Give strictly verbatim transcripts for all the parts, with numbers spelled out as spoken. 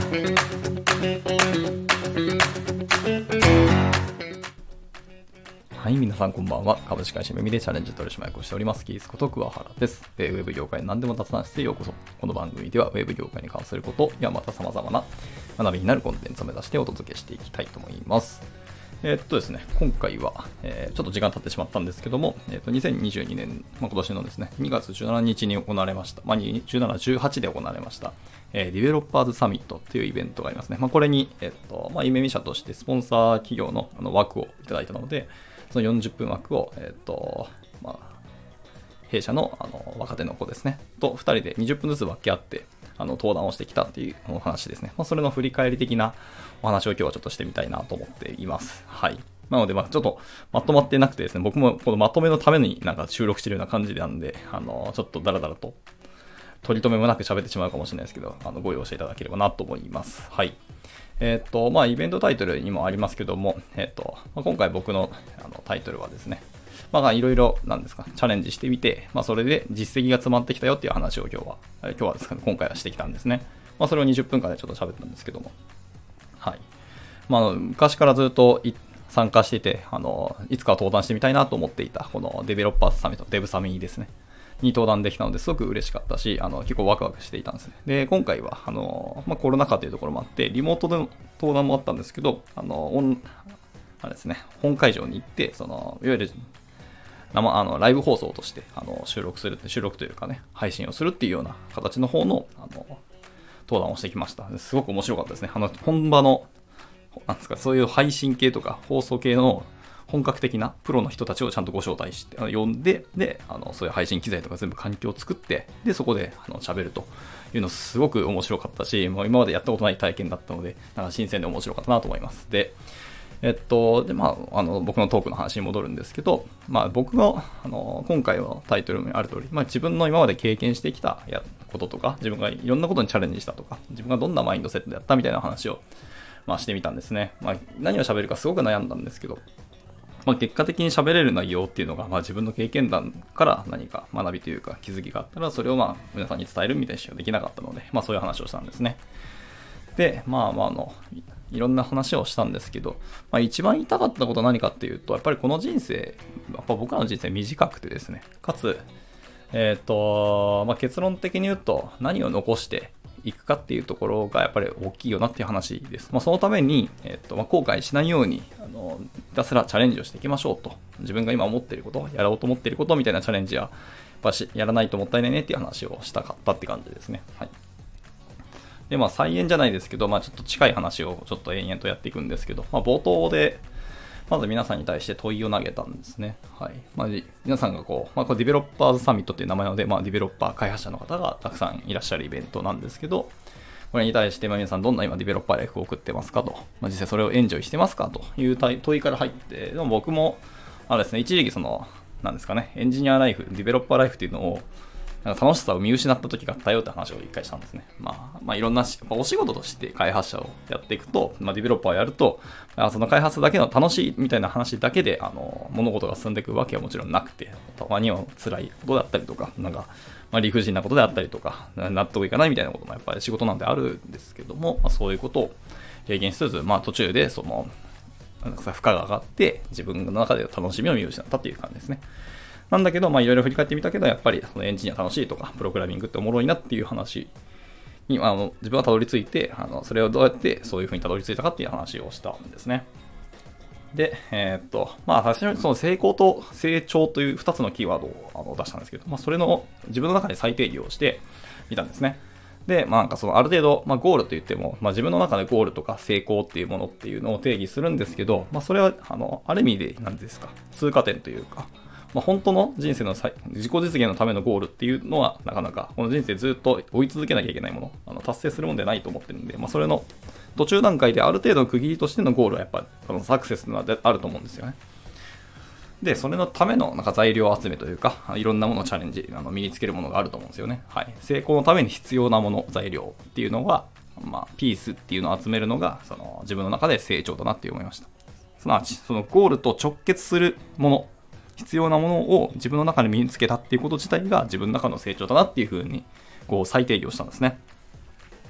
はい、皆さんこんばんは。株式会社めみでチャレンジ取締役をしておりますキースこと桑原です。ウェブ業界何でも雑談室へようこそ。この番組ではウェブ業界に関することやまた様々な学びになるコンテンツを目指してお届けしていきたいと思います。えー、っとですね、今回は、えー、ちょっと時間経ってしまったんですけども、えー、っとにせんにじゅうにねん、まあ、今年のですね、にがつじゅうしちにちに行われました、まあ、じゅうしち、じゅうはちで行われました、えー、ディベロッパーズサミットというイベントがありますね。まあ、これに、えー、っと、まあ、夢見社としてスポンサー企業のあの枠をいただいたので、そのよんじゅっぷん枠を、えー、っと、まあ、弊社の、あの若手の子ですね、とふたりでにじゅっぷんずつ分け合って、あの登壇をしてきたっていうお話ですね。まあ、それの振り返り的なお話を今日はちょっとしてみたいなと思っています。はい。なので、まあちょっとまとまってなくてですね、僕もこのまとめのためになんか収録してるような感じなんで、あの、ちょっとダラダラと取り留めもなく喋ってしまうかもしれないですけど、あのご容赦いただければなと思います。はい。えっと、まあイベントタイトルにもありますけども、えっと、まあ、今回僕のあのタイトルはですね、まあいろいろなんですか、チャレンジしてみて、まあそれで実績が詰まってきたよっていう話を今日は、今日はですね、今回はしてきたんですね。まあそれをにじゅっぷんかんでちょっと喋ったんですけども、はい。まあ昔からずっと参加していて、あの、いつかは登壇してみたいなと思っていた、このデベロッパーズサミット、デブサミですね、に登壇できたのですごく嬉しかったし、あの、結構ワクワクしていたんですね。で、今回は、あの、まあコロナ禍というところもあって、リモートでの登壇もあったんですけど、あの、オン、あれですね、本会場に行って、その、いわゆる、生あのライブ放送としてあの収録する、収録というかね、配信をするっていうような形の方の、あの登壇をしてきました。すごく面白かったですね。あの本場の、なんですか、そういう配信系とか放送系の本格的なプロの人たちをちゃんとご招待して、呼んで、で、あのそういう配信機材とか全部環境を作って、で、そこであの喋るというのすごく面白かったし、もう今までやったことない体験だったので、なんか新鮮で面白かったなと思います。で、えっと、で、まあ、あの、僕のトークの話に戻るんですけど、まあ、僕の、あの、今回のタイトルにある通り、まあ、自分の今まで経験してきたやこととか、自分がいろんなことにチャレンジしたとか、自分がどんなマインドセットでやったみたいな話を、まあ、してみたんですね。まあ、何を喋るかすごく悩んだんですけど、まあ、結果的に喋れる内容っていうのが、まあ、自分の経験談から何か学びというか気づきがあったら、それをまあ、皆さんに伝えるみたいにしかできなかったので、まあ、そういう話をしたんですね。で、まあまあ、あの、いろんな話をしたんですけど、まあ、一番言いたかったことは何かっていうと、やっぱりこの人生、やっぱ僕らの人生短くてですね、かつ、えっと、まあ、結論的に言うと、何を残していくかっていうところがやっぱり大きいよなっていう話です。まあ、そのために、えっと、まあ、後悔しないように、あの、ひたすらチャレンジをしていきましょうと。自分が今思っていること、やろうと思っていることみたいなチャレンジは、やっぱしやらないともったいないねっていう話をしたかったって感じですね。はい。で、まあ、再演じゃないですけど、まあ、ちょっと近い話をちょっと延々とやっていくんですけど、まあ、冒頭で、まず皆さんに対して問いを投げたんですね。はい。まあ、皆さんがこう、まあ、これディベロッパーズサミットっていう名前なので、まあ、ディベロッパー開発者の方がたくさんいらっしゃるイベントなんですけど、これに対して、まあ、皆さんどんな今ディベロッパーライフを送ってますかと、まあ、実際それをエンジョイしてますかという問いから入って、でも僕も、あれですね、一時期その、なんですかね、エンジニアライフ、ディベロッパーライフっていうのを、なんか楽しさを見失った時があったよって話を一回したんですね。まあ、まあ、いろんなし、お仕事として開発者をやっていくと、まあ、ディベロッパーをやると、その開発だけの楽しいみたいな話だけで、あの、物事が進んでいくわけはもちろんなくて、たまには辛いことだったりとか、なんか、まあ、理不尽なことであったりとか、納得いかないみたいなこともやっぱり仕事なんであるんですけども、まあ、そういうことを経験しつつ、まあ、途中でその、なんか負荷が上がって、自分の中で楽しみを見失ったっていう感じですね。なんだけど、まあいろいろ振り返ってみたけど、やっぱりそのエンジニア楽しいとか、プログラミングっておもろいなっていう話に、あの自分はたどり着いて、あのそれをどうやってそういうふうにたどり着いたかっていう話をしたんですね。で、えー、っと、まあ最初にその成功と成長というふたつのキーワードをあの出したんですけど、まあそれの自分の中で再定義をしてみたんですね。で、まあなんかそのある程度、まあゴールといっても、まあ自分の中でゴールとか成功っていうものっていうのを定義するんですけど、まあそれは、あの、ある意味で何ですか、通過点というか、まあ、本当の人生の自己実現のためのゴールっていうのはなかなかこの人生ずっと追い続けなきゃいけないもの、あの達成するものではないと思ってるんで、まあ、それの途中段階である程度の区切りとしてのゴールはやっぱりサクセスのはあると思うんですよね。で、それのためのなんか材料集めというか、いろんなものをチャレンジ、あの身につけるものがあると思うんですよね。はい。成功のために必要なもの、材料っていうのは、まあ、ピースっていうのを集めるのが、その自分の中で成長だなって思いました。すなわち、そのゴールと直結するもの、必要なものを自分の中で身につけたっていうこと自体が自分の中の成長だなっていうふうに、こう再定義をしたんですね。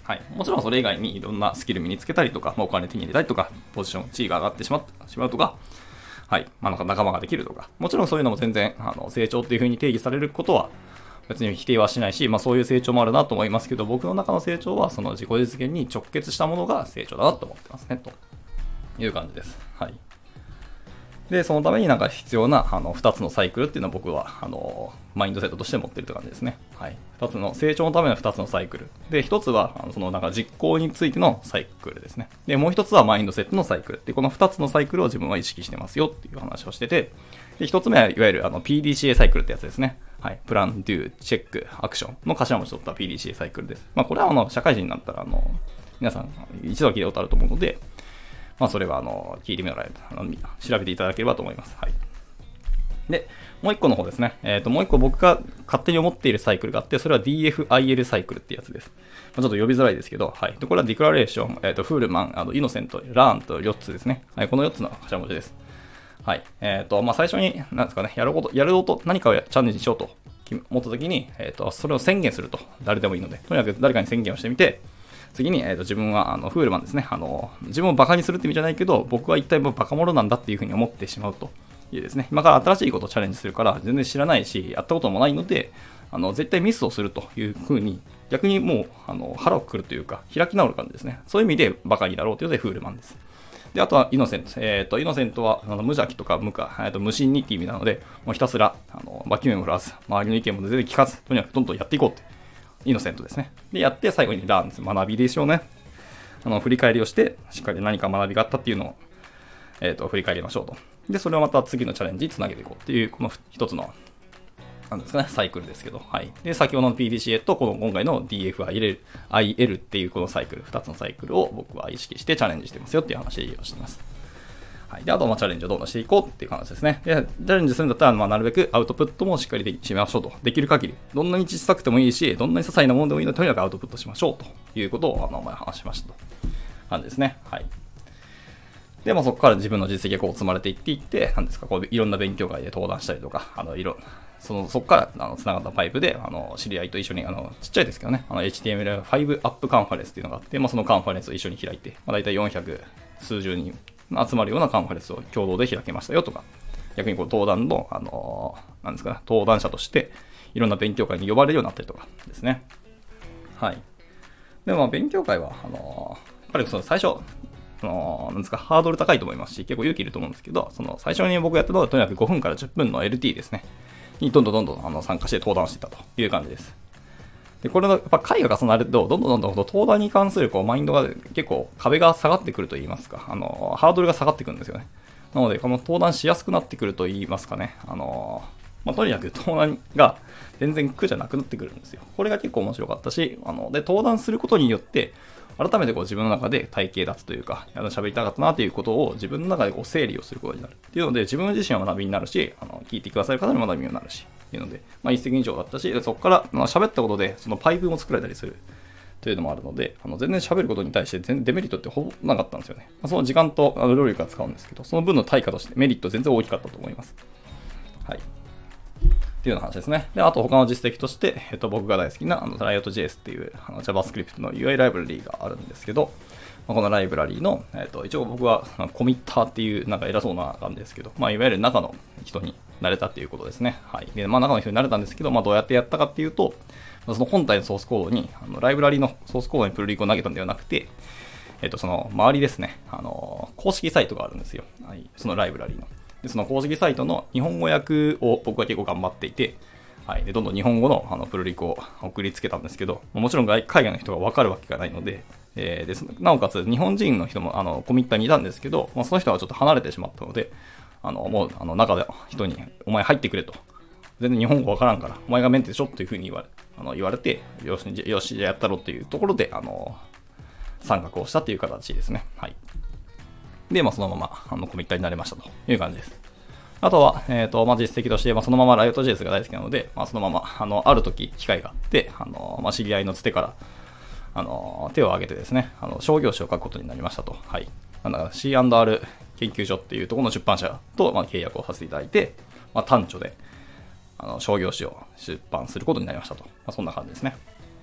はい。もちろんそれ以外にいろんなスキル身につけたりとか、まあ、お金手に入れたりとか、ポジション、地位が上がってしましまうとか、はい。まあ、なんか仲間ができるとか、もちろんそういうのも全然、あの、成長っていう風に定義されることは、別に否定はしないし、まあそういう成長もあるなと思いますけど、僕の中の成長はその自己実現に直結したものが成長だなと思ってますね、という感じです。はい。で、そのためになんか必要なあのふたつのサイクルっていうのは僕はあのマインドセットとして持ってるって感じですね。はい。ふたつの、成長のためのふたつのサイクル。で、ひとつはあのそのなんか実行についてのサイクルですね。で、もうひとつはマインドセットのサイクル。で、このふたつのサイクルを自分は意識してますよっていう話をしてて、で、ひとつめはいわゆるあの ピーディーシーエー サイクルってやつですね。はい。プラン、ドゥ、チェック、アクションの頭文字取った ピーディーシーエー サイクルです。まあこれはあの社会人になったらあの皆さん一度は聞いたことあると思うので、まあそれはあの聞いてみられる調べていただければと思います。はい。で、もう一個の方ですね。えっと、もう一個僕が勝手に思っているサイクルがあって、それは ディーエフアイエル サイクルってやつです。まあ、ちょっと呼びづらいですけど、はい。で、これはディクラレーション、えっと、フールマン、あのイノセント、ラーンとよっつですね。はい。このよっつの頭文字です。はい。えっと、まあ最初に、なんですかね、やること、やること、何かをチャレンジしようと思った時に、えっと、それを宣言すると。誰でもいいので、とにかく誰かに宣言をしてみて、次に、えー、と自分はあのフールマンですね。あの自分をバカにするって意味じゃないけど、僕は一体バカ者なんだっていうふうに思ってしまうというですね。今から新しいことをチャレンジするから、全然知らないし、やったこともないので、あの絶対ミスをするというふうに、逆にもうあの腹をくくるというか、開き直る感じですね。そういう意味でバカになろうというのでフールマンです。で、あとはイノセント。えっ、ー、と、イノセントはあの無邪気とか無か、えー、と無心にっていう意味なので、もうひたすらあの脇目も振らず、周りの意見も全然聞かず、とにかくどんどんやっていこうって。イノセントですね。で、やって最後にラーンです。学びでしょうね。あの振り返りをして、しっかり何か学びがあったっていうのを、えー、と振り返りましょうと。で、それをまた次のチャレンジにつなげていこうっていう、この一つの、なんですかね、サイクルですけど、はい。で、先ほどの ピーディーシーエー と、この今回の ディーエフアイエル っていうこのサイクル、二つのサイクルを僕は意識してチャレンジしてますよっていう話をしてます。はい。で、あとはチャレンジをどんどんしていこうっていう話ですね。で、チャレンジするんだったら、まあ、なるべくアウトプットもしっかりでしましょうと。できる限り。どんなに小さくてもいいし、どんなに些細なものでもいいので、とにかくアウトプットしましょうということを、あの、前話しましたと。感じですね。はい。で、まあ、そこから自分の実績がこう積まれていっていって、なんですか、こういろんな勉強会で登壇したりとか、あの、いろ、その、そこから、あの、繋がったパイプで、あの、知り合いと一緒に、あの、ちっちゃいですけどね、あの、エイチティーエムエルファイブ アップカンファレンスっていうのがあって、まあ、そのカンファレンスを一緒に開いて、まあ、大体よんひゃく数十人集まるようなカンファレンスを共同で開けましたよとか、逆にこう、登壇の、あの、なんですかね、登壇者として、いろんな勉強会に呼ばれるようになったりとかですね。はい。でも、まあ、勉強会は、あの、やっぱりその最初、そのなんですか、ハードル高いと思いますし、結構勇気いると思うんですけど、その最初に僕やったのはとにかくごふんからじゅっぷんの エルティー ですね。にどんどんどんどんあの参加して登壇してたという感じです。で、これのやっぱ回が重なると、どんどんどんどん登壇に関するこうマインドが結構壁が下がってくると言いますか、あの、ハードルが下がってくるんですよね。なので、この登壇しやすくなってくると言いますかね、あの、まあ、とにかく登壇が全然苦じゃなくなってくるんですよ。これが結構面白かったし、あの、で、登壇することによって、改めてこう自分の中で体系立つというか、喋りたかったなということを自分の中でこう整理をすることになるっていうので、自分自身は学びになるし、あの聞いてくださる方にも学びになるし、っていうので、まあ、一石二鳥だったし、そこから喋ったことでそのパイプも作られたりするというのもあるので、あの全然喋ることに対して全然デメリットってほぼなかったんですよね。まあ、その時間とあの労力が使うんですけど、その分の対価としてメリット全然大きかったと思います。はい。っていうような話ですね。で、あと他の実績として、えっと、僕が大好きなあの ライオットジェイエス っていうあの JavaScript の ユーアイ ライブラリーがあるんですけど、まあ、このライブラリーの、えっと、一応僕はコミッターっていうなんか偉そうな感じですけど、まあ、いわゆる中の人になれたっていうことですね。はい。で、まあ、中の人になれたんですけど、まあ、どうやってやったかっていうと、その本体のソースコードに、あのライブラリーのソースコードにプルリクを投げたんではなくて、えっと、その周りですね、あの、公式サイトがあるんですよ。はい。そのライブラリーの。で、その公式サイトの日本語訳を僕は結構頑張っていて、はい、でどんどん日本語のあのプルリクを送りつけたんですけど、もちろん海外の人が分かるわけがないので、えー、ですなおかつ日本人の人もあのコミッターにいたんですけど、まあ、その人はちょっと離れてしまったので、あのもうあの中で人にお前入ってくれと、全然日本語分からんから、お前がメンテでしょというふうに言われあの言われて、よし、よし、じゃあやったろというところであの参画をしたという形ですね。はい。で、まあ、そのままあのコミッターになれましたという感じです。あとは、えっ、ー、と、まあ、実績として、まあ、そのまま ライオットジェイエス が大好きなので、まあ、そのまま、あの、ある時、機会があって、あの、まあ、知り合いのつてから、あの、手を挙げてですね、あの、商業誌を書くことになりましたと。はい。なんだか シーアンドアール 研究所っていうところの出版社と、まあ、契約をさせていただいて、まあ、単著で、あの、商業誌を出版することになりましたと。まあ、そんな感じですね。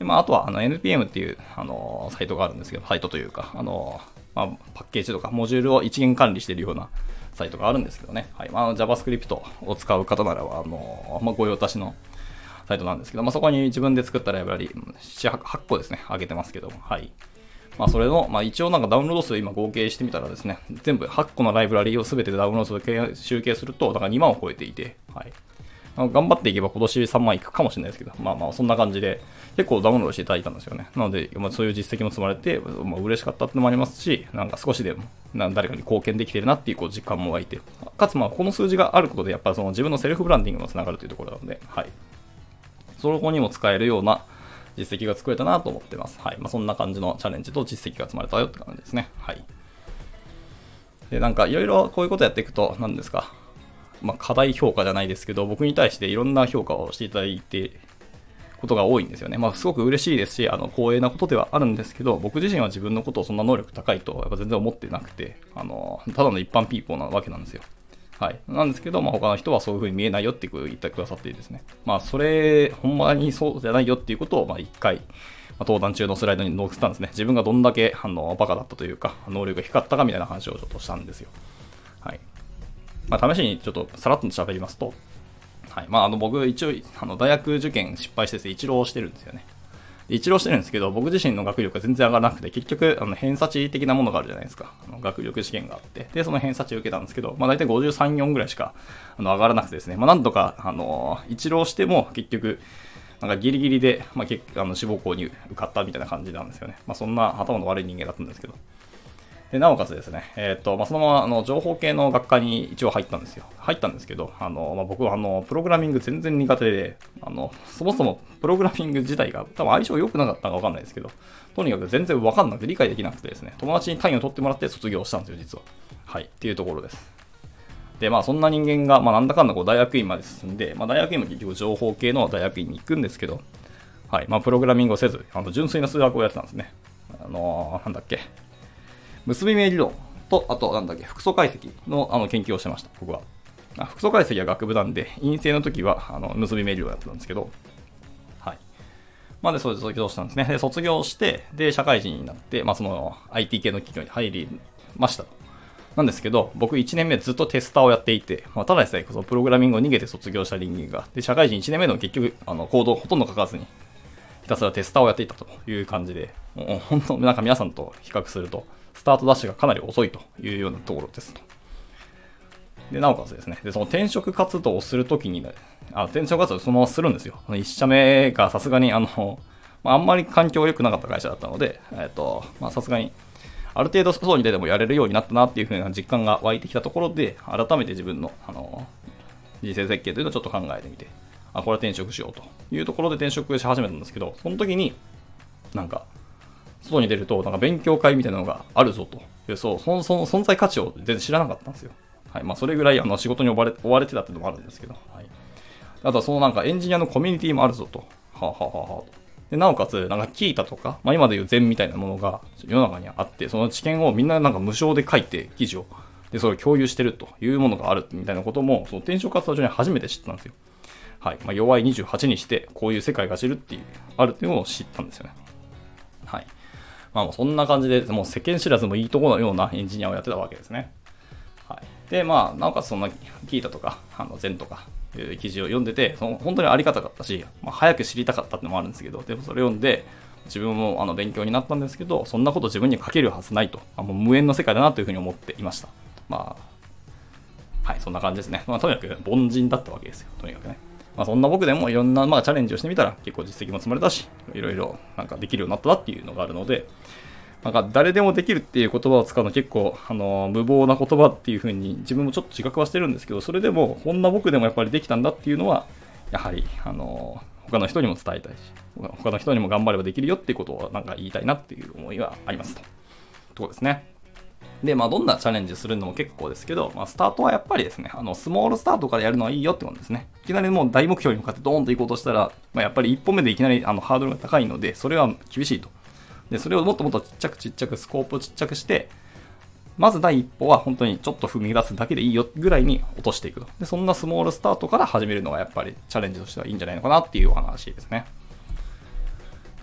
で、まあ、あとはあの エヌピーエム っていう、あのー、サイトがあるんですけど、サイトというか、あのーまあ、パッケージとかモジュールを一元管理しているようなサイトがあるんですけどね。はい。まあ、JavaScript を使う方ならば、あのーまあ、ご用達のサイトなんですけど、まあ、そこに自分で作ったライブラリ、なな、はっこですね、上げてますけども、はい。まあ、それの、まあ、一応なんかダウンロード数今合計してみたらですね、全部はっこのライブラリを全てダウンロード数集計すると、だからにまんを超えていて、はい。頑張っていけば今年さんまんいくかもしれないですけど、まあまあそんな感じで結構ダウンロードしていただいたんですよね。なので、まあ、そういう実績も積まれて、まあ、嬉しかったってのもありますし、なんか少しでも誰かに貢献できてるなっていうこう実感も湧いて、かつまあこの数字があることでやっぱりその自分のセルフブランディングにもつながるというところなので、はい。そこにも使えるような実績が作れたなと思ってます。はい。まあそんな感じのチャレンジと実績が積まれたよって感じですね。はい。で、なんかいろいろこういうことやっていくと、何ですか。まあ、課題評価じゃないですけど、僕に対していろんな評価をしていただいてことが多いんですよね。まあ、すごく嬉しいですし、あの光栄なことではあるんですけど、僕自身は自分のことをそんな能力高いとやっぱ全然思ってなくて、あのただの一般ピーポーなわけなんですよ。はい。なんですけど、まあ、他の人はそういう風に見えないよって言ってくださっていいですね。まあ、それ、ほんまにそうじゃないよっていうことを、まあ、一回、まあ、登壇中のスライドに載せたんですね。自分がどんだけあのバカだったというか、能力が低かったかみたいな話をちょっとしたんですよ。はい。まあ、試しにちょっとさらっと喋りますと、はい。まあ、あの、僕、一応、あの、大学受験失敗してですね、一浪してるんですよね。一浪してるんですけど、僕自身の学力が全然上がらなくて、結局、あの、偏差値的なものがあるじゃないですか。あの学力試験があって。で、その偏差値を受けたんですけど、まあ、大体ごじゅうさん、よんぐらいしか、あの、上がらなくてですね、まあ、なんとか、あの、一浪しても、結局、なんかギリギリで、まあ、結あの志望校に受かったみたいな感じなんですよね。まあ、そんな頭の悪い人間だったんですけど。でなおかつですね、えーとまあ、そのままあの情報系の学科に一応入ったんですよ。入ったんですけど、あのまあ、僕はあのプログラミング全然苦手で、あのそもそもプログラミング自体が多分相性良くなかったのか分かんないですけど、とにかく全然分かんなくて理解できなくてですね、友達に単位を取ってもらって卒業したんですよ、実は。はい、っていうところです。で、まあそんな人間が、まあ、なんだかんだこう大学院まで進んで、まあ、大学院も結局情報系の大学院に行くんですけど、はい、まあプログラミングをせず、あの純粋な数学をやってたんですね。あのー、なんだっけ。結び目理論と、あと、なんだっけ、複素解析のあの研究をしてました、僕は。あ複素解析は学部なんで、院生の時はあの結び目理論やってたんですけど、はい。まあ、で、それで卒業したんですね。で、卒業して、で、社会人になって、まあ、その アイティー 系の企業に入りましたと。なんですけど、僕いちねんめずっとテスターをやっていて、まあ、ただでさえそのプログラミングを逃げて卒業した人間が、で、社会人いちねんめの結局、あの、コードをほとんど書かずに、ひたすらテスターをやっていたという感じで、もう本当、なんか皆さんと比較すると、スタートダッシュがかなり遅いというようなところですと。で、なおかつですね、でその転職活動をするときに、ね、あ転職活動をそのままするんですよ。いっ社目がさすがに、あの、まあ、あんまり環境が良くなかった会社だったので、えっと、まあ、さすがに、ある程度外に出てもやれるようになったなっていう風な実感が湧いてきたところで、改めて自分の、あの、人生設計というのをちょっと考えてみて、あ、これは転職しようというところで転職し始めたんですけど、その時に、なんか、外に出ると、なんか勉強会みたいなのがあるぞという、そう、その、その存在価値を全然知らなかったんですよ。はい。まあ、それぐらいあの仕事に追われ、追われてたっていうのもあるんですけど、はい。あとはそのなんかエンジニアのコミュニティもあるぞと。はあ、はあははあ、でなおかつ、なんかキータとか、まあ、今でいう禅みたいなものが世の中にあって、その知見をみんななんか無償で書いて、記事を、で、それを共有してるというものがあるみたいなことも、その転職活動中に初めて知ったんですよ。はい。まあ、弱いにじゅうはちにして、こういう世界が知るっていう、あるっていうのを知ったんですよね。はい。まあ、もうそんな感じで、もう世間知らずもいいところのようなエンジニアをやってたわけですね。はい。で、まあ、なおかつそんなキータとか、あの、禅とか、いう記事を読んでて、その本当にありがたかったし、まあ、早く知りたかったってのもあるんですけど、でもそれを読んで、自分もあの勉強になったんですけど、そんなこと自分には書けるはずないと、あもう無縁の世界だなというふうに思っていました。まあ、はい、そんな感じですね。まあ、とにかく凡人だったわけですよ、とにかくね。まあ、そんな僕でもいろんな、まあ、チャレンジをしてみたら結構実績も積まれたし、いろいろなんかできるようになったなっていうのがあるので、なんか誰でもできるっていう言葉を使うの結構、あのー、無謀な言葉っていう風に自分もちょっと自覚はしてるんですけど、それでもこんな僕でもやっぱりできたんだっていうのは、やはり、あのー、他の人にも伝えたいし、他の人にも頑張ればできるよっていうことをなんか言いたいなっていう思いはありますと。ところですね。で、まあどんなチャレンジするのも結構ですけど、まあスタートはやっぱりですね、あの、スモールスタートからやるのはいいよってことですね。いきなりもう大目標に向かってドーンと行こうとしたら、まあやっぱり一歩目でいきなりあのハードルが高いので、それは厳しいと。で、それをもっともっとちっちゃくちっちゃくスコープをちっちゃくして、まず第一歩は本当にちょっと踏み出すだけでいいよぐらいに落としていくと。で、そんなスモールスタートから始めるのがやっぱりチャレンジとしてはいいんじゃないのかなっていうお話ですね。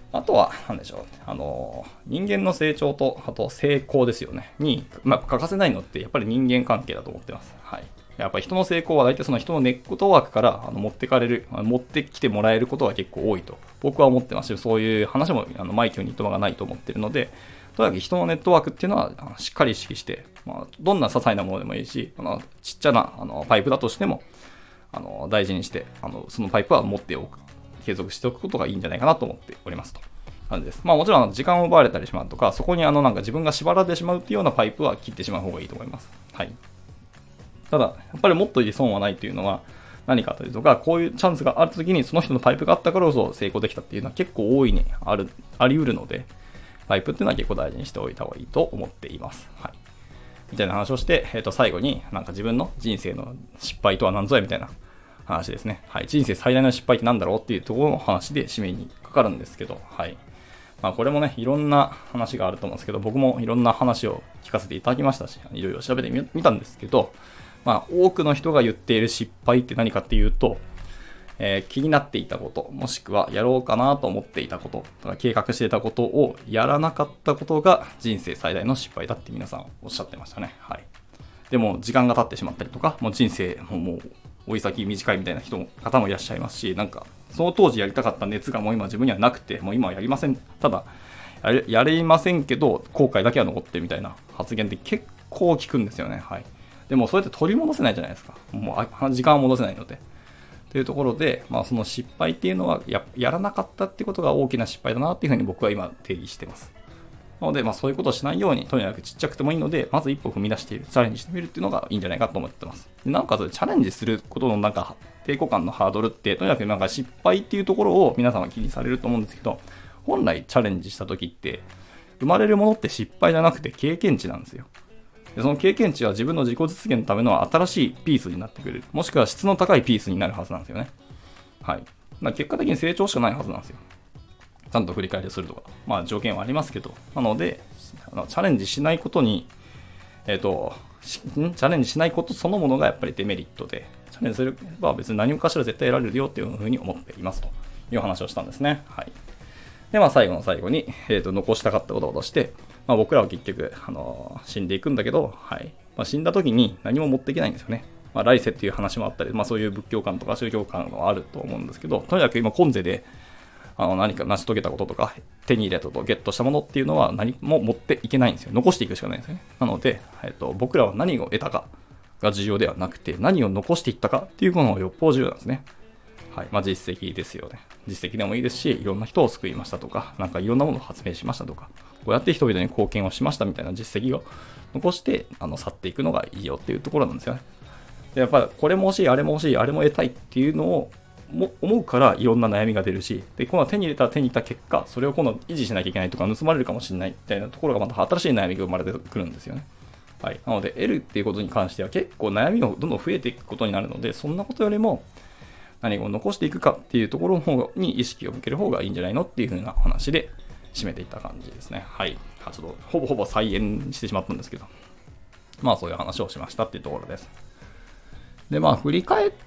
あとは、なんでしょう。あの、人間の成長と、あと成功ですよね。に、まあ、欠かせないのって、やっぱり人間関係だと思ってます。はい。やっぱり人の成功は大体その人のネットワークからあの持ってかれる、持ってきてもらえることが結構多いと僕は思ってますし、そういう話もあのマイケルに言葉がないと思っているので、とにかく人のネットワークっていうのはしっかり意識して、まあ、どんな些細なものでもいいし、あのちっちゃなあのパイプだとしてもあの大事にして、あのそのパイプは持っておく、継続しておくことがいいんじゃないかなと思っておりますと。感じです。まあもちろん時間を奪われたりしまうとか、そこにあのなんか自分が縛られてしまうっていうようなパイプは切ってしまう方がいいと思います。はい。ただ、やっぱりもっといい損はないというのは何かというとか、こういうチャンスがあるときにその人のパイプがあったからこそ成功できたっていうのは結構大いにある、あり得るので、パイプっていうのは結構大事にしておいた方がいいと思っています。はい。みたいな話をして、えっと、最後になんか自分の人生の失敗とは何ぞやみたいな話ですね。はい。人生最大の失敗って何だろうっていうところの話で締めにかかるんですけど、はい。まあこれもね、いろんな話があると思うんですけど、僕もいろんな話を聞かせていただきましたし、いろいろ調べてみたんですけど、まあ多くの人が言っている失敗って何かっていうと、えー、気になっていたこと、もしくはやろうかなと思っていたこと、とか計画していたことをやらなかったことが人生最大の失敗だって皆さんおっしゃってましたね。はい。でも時間が経ってしまったりとか、もう人生ももう追い先短いみたいな人も方もいらっしゃいますし、なんかその当時やりたかった熱がもう今自分にはなくて、もう今はやりません。ただやれ、やれませんけど後悔だけは残ってみたいな発言って結構聞くんですよね。はい。でもそれって取り戻せないじゃないですか。もう時間を戻せないので。というところで、まあ、その失敗っていうのは や, やらなかったっていうことが大きな失敗だなっていうふうに僕は今定義してます。なので、まあ、そういうことをしないように、とにかくちっちゃくてもいいので、まず一歩踏み出している、チャレンジしてみるっていうのがいいんじゃないかと思ってます。でなおかつ、チャレンジすることのなんか抵抗感のハードルって、とにかくなんか失敗っていうところを皆さんは気にされると思うんですけど、本来チャレンジした時って、生まれるものって失敗じゃなくて経験値なんですよ。でその経験値は自分の自己実現のための新しいピースになってくれる。もしくは質の高いピースになるはずなんですよね。はい。まあ、結果的に成長しかないはずなんですよ。ちゃんと振り返りするとか。まあ条件はありますけど。なので、チャレンジしないことに、えっと、チャレンジしないことそのものがやっぱりデメリットで、チャレンジすれば別に何かしら絶対得られるよっていうふうに思っていますという話をしたんですね。はい。で、まあ最後の最後に、えっと、残したかったこととして、まあ、僕らは結局、あのー、死んでいくんだけど、はいまあ、死んだ時に何も持っていけないんですよね。まあ、来世っていう話もあったり、まあ、そういう仏教観とか宗教観はあると思うんですけど、とにかく今今世であの何か成し遂げたこととか手に入れたとゲットしたものっていうのは何も持っていけないんですよ。残していくしかないんですよね。なので、えっと、僕らは何を得たかが重要ではなくて、何を残していったかっていうものがよっぽど重要なんですね。はいまあ、実績ですよね。実績でもいいですし、いろんな人を救いましたとか、なんかいろんなものを発明しましたとか、こうやって人々に貢献をしましたみたいな実績を残してあの去っていくのがいいよっていうところなんですよね。でやっぱりこれも欲しい、あれも欲しい、あれも得たいっていうのをも思うからいろんな悩みが出るし、で、今度は手に入れたら手に入れた結果、それを今度維持しなきゃいけないとか、盗まれるかもしれないみたいなところがまた新しい悩みが生まれてくるんですよね。はい。なので、得るっていうことに関しては結構悩みがどんどん増えていくことになるので、そんなことよりも、何を残していくかっていうところの方に意識を向ける方がいいんじゃないのっていう風な話で締めていった感じですね。はい。ちょっとほぼほぼ再演してしまったんですけど、まあそういう話をしましたっていうところです。で、まあ振り返って、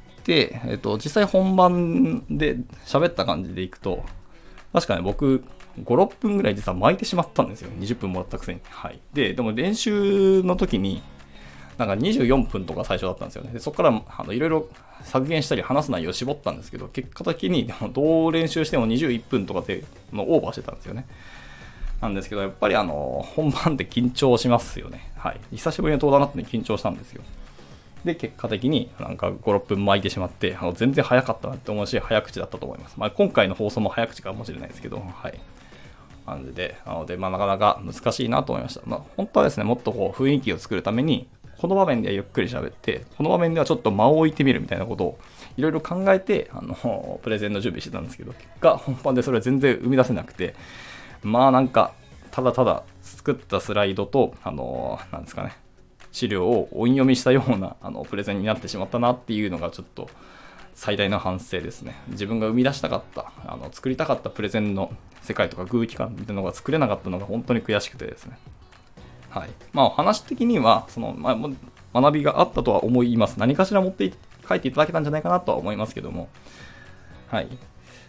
えっと、実際本番で喋った感じでいくと、確かに僕、ご、ろっぷんぐらい実は巻いてしまったんですよ。にじゅっぷんもらったくせに。はい。で、でも練習の時に、なんかにじゅうよんぷんとか最初だったんですよね。でそこからあのいろいろ削減したり話す内容を絞ったんですけど、結果的にでもどう練習してもにじゅういっぷんとかでのオーバーしてたんですよね。なんですけど、やっぱりあの本番って緊張しますよね。はい。久しぶりの登壇だったのに緊張したんですよ。で、結果的になんかご、ろっぷん巻いてしまって、あの全然早かったなって思うし、早口だったと思います。まあ今回の放送も早口かもしれないですけど、はい。感じで、なので、まあなかなか難しいなと思いました。まあ本当はですね、もっとこう雰囲気を作るために、この場面ではゆっくり喋って、この場面ではちょっと間を置いてみるみたいなことをいろいろ考えて、あの、プレゼンの準備してたんですけど、結果本番でそれは全然生み出せなくて、まあなんか、ただただ作ったスライドと、あの、なんですかね、資料を音読みしたようなあのプレゼンになってしまったなっていうのがちょっと最大の反省ですね。自分が生み出したかった、あの作りたかったプレゼンの世界とか空気感みたいなのが作れなかったのが本当に悔しくてですね。はい。まあ話的にはその、まあ、学びがあったとは思います。何かしら持って書いていただけたんじゃないかなとは思いますけども。はい。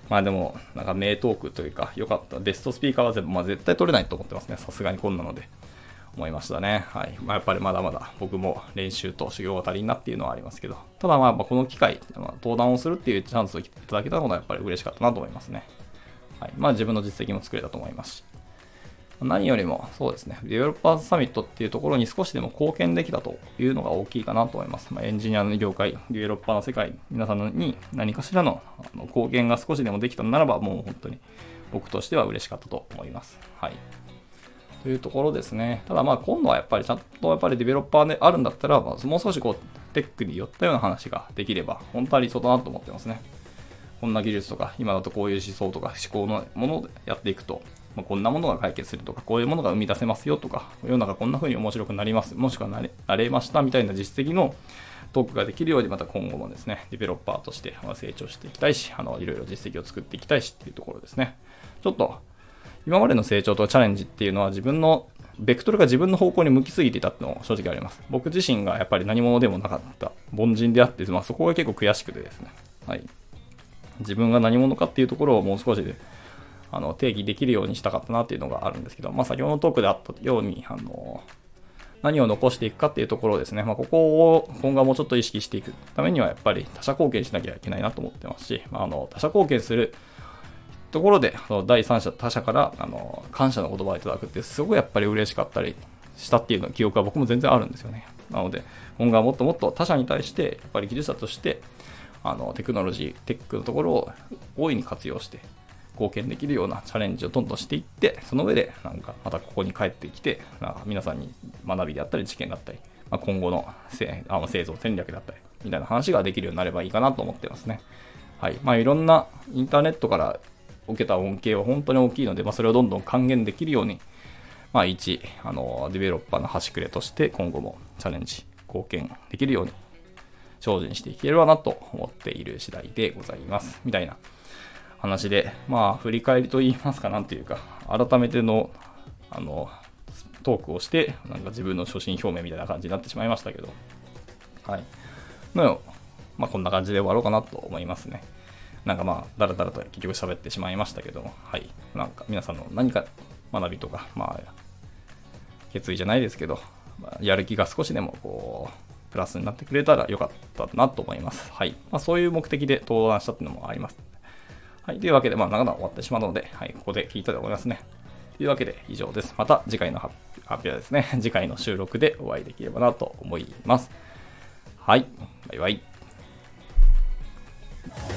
まあでも、なんか名トークというか、良かった。ベストスピーカーは全部、まあ絶対取れないと思ってますね。さすがにこんなので。思いましたね。はい。まあやっぱりまだまだ僕も練習と修行が足りんなっていうのはありますけど、ただまあこの機会、まあ、登壇をするっていうチャンスをいただけたのはやっぱり嬉しかったなと思いますね。はい。まあ自分の実績も作れたと思いますし。何よりもそうですね、デベロッパーズサミットっていうところに少しでも貢献できたというのが大きいかなと思います。まあ、エンジニアの業界、デベロッパーの世界、皆さんに何かしらの貢献が少しでもできたならば、もう本当に僕としては嬉しかったと思います。はい。というところですね。ただまあ今度はやっぱりちゃんとやっぱりデベロッパーであるんだったら、まあ、もう少しこうテックに寄ったような話ができれば、本当は理想だなと思ってますね。こんな技術とか、今だとこういう思想とか思考のものをやっていくと、まあ、こんなものが解決するとか、こういうものが生み出せますよとか、世の中こんな風に面白くなります、もしくはなれ、なれましたみたいな実績のトークができるように、また今後もですね、デベロッパーとして成長していきたいし、あのいろいろ実績を作っていきたいしっていうところですね。ちょっと今までの成長とチャレンジっていうのは自分のベクトルが自分の方向に向きすぎていたっていうのが正直あります。僕自身がやっぱり何者でもなかった凡人であって、まあ、そこが結構悔しくてですね、はい、自分が何者かっていうところをもう少しであの定義できるようにしたかったなっていうのがあるんですけど、まあ、先ほどのトークであったようにあの何を残していくかっていうところですね、まあ、ここを今後はもうちょっと意識していくためにはやっぱり他者貢献しなきゃいけないなと思ってますし、まあ、あの他者貢献するところで第三者他者からあの感謝の言葉をいただくってすごいやっぱり嬉しかったりしたっていうの記憶は僕も全然あるんですよね。なので今後はもっともっと他者に対してやっぱり技術者としてあのテクノロジーテックのところを大いに活用して貢献できるようなチャレンジをどんどんしていって、その上でなんかまたここに帰ってきてなんか皆さんに学びであったり知見だったり、まあ、今後の製あの製造戦略だったりみたいな話ができるようになればいいかなと思ってますね。はい。まあいろんなインターネットから受けた恩恵は本当に大きいので、まあ、それをどんどん還元できるように、まあ、一あのデベロッパーの端くれとして今後もチャレンジ貢献できるように精進していければなと思っている次第でございますみたいな話で、まあ振り返りと言いますかなんていうか改めてのあのトークをしてなんか自分の初心表明みたいな感じになってしまいましたけど、はいのまあこんな感じで終わろうかなと思いますね。なんかまあ、だらだらと結局喋ってしまいましたけども、はい。なんか皆さんの何か学びとか、まあ、決意じゃないですけど、まあ、やる気が少しでもこう、プラスになってくれたらよかったなと思います。はい。まあ、そういう目的で登壇したっていうのもあります。はい。というわけで、まあ、長々終わってしまうので、はい。ここで聞いたと思いますね。というわけで以上です。また次回の発表ですね。次回の収録でお会いできればなと思います。はい。バイバイ。